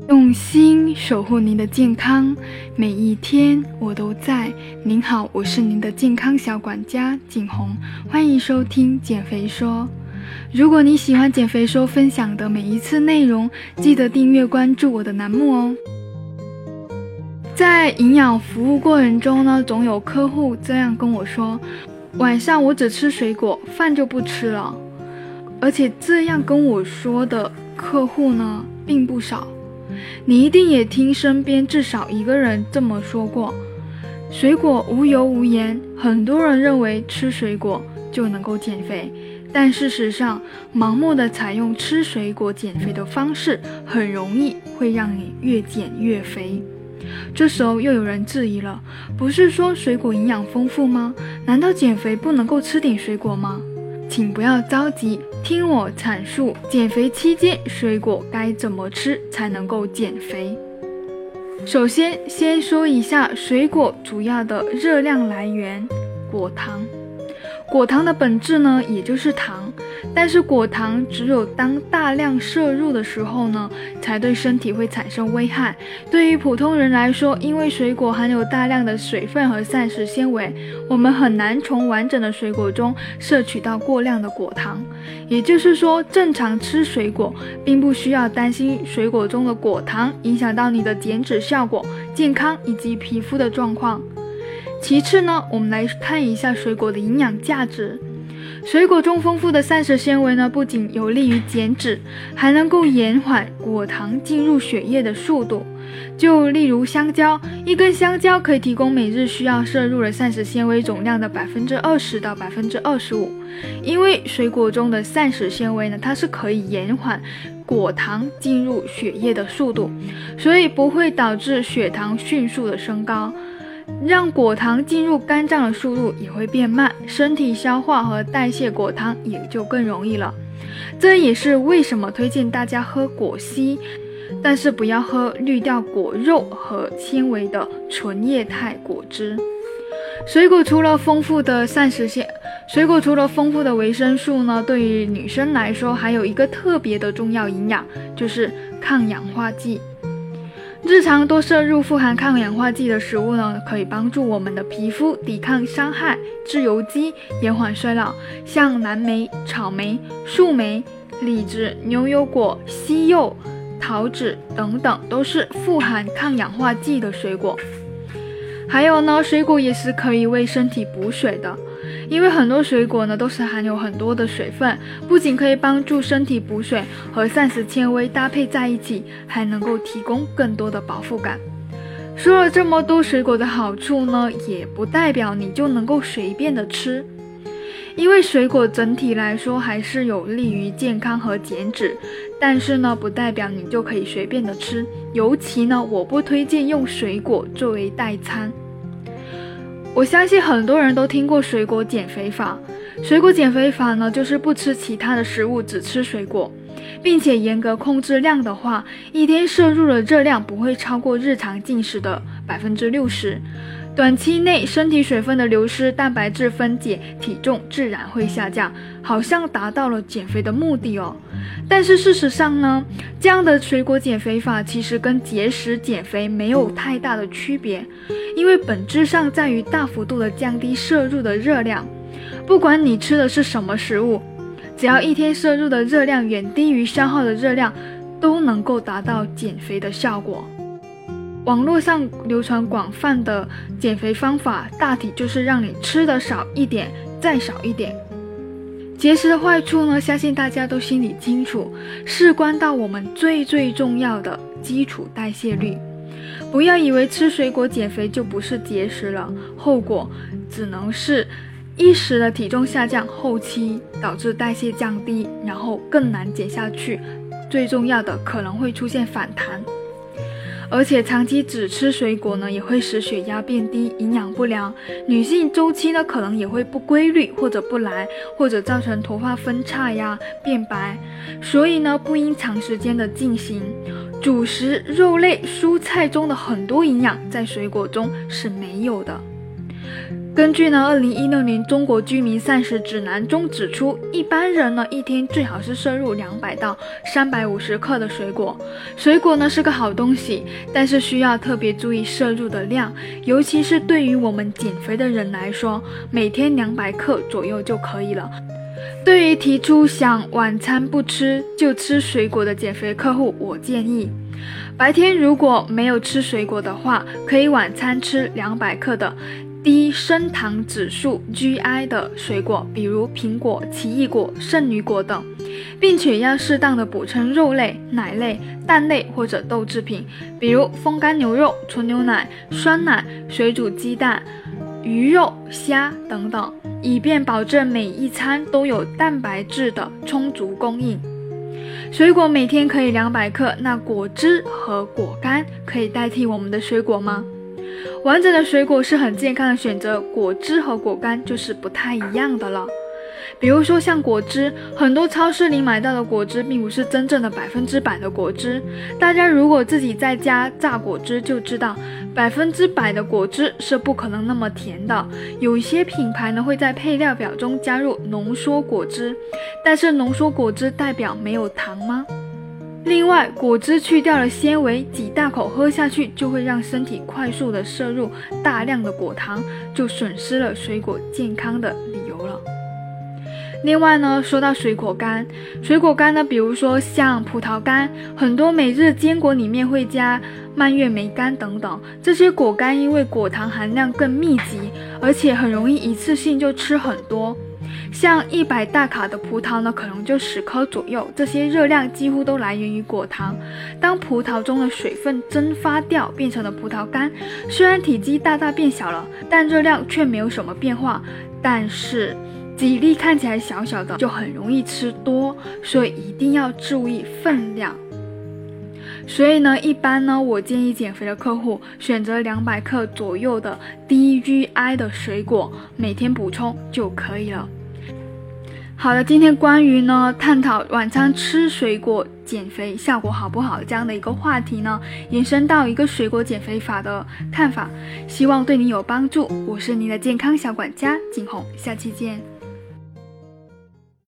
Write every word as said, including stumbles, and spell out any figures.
用心守护您的健康，每一天我都在。您好，我是您的健康小管家景红，欢迎收听减肥说。如果你喜欢减肥说分享的每一次内容，记得订阅关注我的栏目哦。在营养服务过程中呢，总有客户这样跟我说，晚上我只吃水果，饭就不吃了。而且这样跟我说的客户呢并不少，你一定也听身边至少一个人这么说过。水果无油无盐，很多人认为吃水果就能够减肥，但事实上盲目的采用吃水果减肥的方式，很容易会让你越减越肥。这时候又有人质疑了，不是说水果营养丰富吗？难道减肥不能够吃点水果吗？请不要着急，听我阐述减肥期间水果该怎么吃才能够减肥。首先先说一下水果主要的热量来源，果糖。果糖的本质呢也就是糖，但是果糖只有当大量摄入的时候呢才对身体会产生危害。对于普通人来说，因为水果含有大量的水分和膳食纤维，我们很难从完整的水果中摄取到过量的果糖。也就是说，正常吃水果并不需要担心水果中的果糖影响到你的减脂效果、健康以及皮肤的状况。其次呢，我们来看一下水果的营养价值。水果中丰富的膳食纤维呢，不仅有利于减脂，还能够延缓果糖进入血液的速度。就例如香蕉，一根香蕉可以提供每日需要摄入的膳食纤维总量的 百分之二十 到 百分之二十五。因为水果中的膳食纤维呢，它是可以延缓果糖进入血液的速度，所以不会导致血糖迅速的升高。让果糖进入肝脏的速度也会变慢，身体消化和代谢果糖也就更容易了。这也是为什么推荐大家喝果昔，但是不要喝滤掉果肉和纤维的纯液态果汁。水果除了丰富的膳食纤水果除了丰富的维生素呢，对于女生来说还有一个特别的重要营养，就是抗氧化剂。日常多摄入富含抗氧化剂的食物呢，可以帮助我们的皮肤抵抗伤害、自由基、延缓衰老。像蓝莓、草莓、树莓、李子、牛油果、西柚、桃子等等，都是富含抗氧化剂的水果。还有呢，水果也是可以为身体补水的。因为很多水果呢都是含有很多的水分，不仅可以帮助身体补水，和膳食纤维搭配在一起，还能够提供更多的饱腹感。说了这么多水果的好处呢，也不代表你就能够随便的吃。因为水果整体来说还是有利于健康和减脂，但是呢不代表你就可以随便的吃，尤其呢我不推荐用水果作为代餐。我相信很多人都听过水果减肥法。水果减肥法呢，就是不吃其他的食物，只吃水果，并且严格控制量的话，一天摄入的热量不会超过日常进食的 百分之六十。短期内身体水分的流失，蛋白质分解，体重自然会下降，好像达到了减肥的目的哦。但是事实上呢，这样的水果减肥法其实跟节食减肥没有太大的区别，因为本质上在于大幅度的降低摄入的热量。不管你吃的是什么食物，只要一天摄入的热量远低于消耗的热量，都能够达到减肥的效果。网络上流传广泛的减肥方法，大体就是让你吃的少一点，再少一点。节食的坏处呢，相信大家都心里清楚，事关到我们最最重要的基础代谢率。不要以为吃水果减肥就不是节食了，后果只能是一时的体重下降，后期导致代谢降低，然后更难减下去，最重要的可能会出现反弹。而且长期只吃水果呢，也会使血压变低，营养不良。女性周期呢，可能也会不规律或者不来，或者造成头发分叉呀、变白。所以呢，不应长时间的进行。主食、肉类、蔬菜中的很多营养在水果中是没有的。 根据呢二零一六年中国居民膳食指南中指出，一般人呢一天最好是摄入两百到三百五十克的水果。水果呢是个好东西，但是需要特别注意摄入的量，尤其是对于我们减肥的人来说，每天两百克左右就可以了。对于提出想晚餐不吃就吃水果的减肥客户，我建议白天如果没有吃水果的话，可以晚餐吃两百克的低升糖指数 G I 的水果，比如苹果、奇异果、圣女果等，并且要适当的补充肉类、奶类、蛋类或者豆制品，比如风干牛肉、纯牛奶、酸奶、水煮鸡蛋、鱼肉、虾等等，以便保证每一餐都有蛋白质的充足供应。水果每天可以两百克，那果汁和果干可以代替我们的水果吗？完整的水果是很健康的选择，果汁和果干就是不太一样的了。比如说像果汁，很多超市里买到的果汁并不是真正的百分之百的果汁。大家如果自己在家榨果汁就知道，百分之百的果汁是不可能那么甜的。有一些品牌呢会在配料表中加入浓缩果汁，但是浓缩果汁代表没有糖吗？另外，果汁去掉了纤维，几大口喝下去就会让身体快速的摄入大量的果糖，就损失了水果健康的理由了。另外呢，说到水果干，水果干呢，比如说像葡萄干，很多每日坚果里面会加蔓越莓干等等，这些果干因为果糖含量更密集，而且很容易一次性就吃很多。像一百大卡的葡萄呢，可能就十颗左右，这些热量几乎都来源于果糖。当葡萄中的水分蒸发掉，变成了葡萄干，虽然体积大大变小了，但热量却没有什么变化，但是几粒看起来小小的就很容易吃多，所以一定要注意分量。所以呢，一般呢，我建议减肥的客户选择两百克左右的低 G I 的水果，每天补充就可以了。好的，今天关于呢探讨晚餐吃水果减肥效果好不好这样的一个话题呢，延伸到一个水果减肥法的看法，希望对你有帮助。我是你的健康小管家景红，下期见。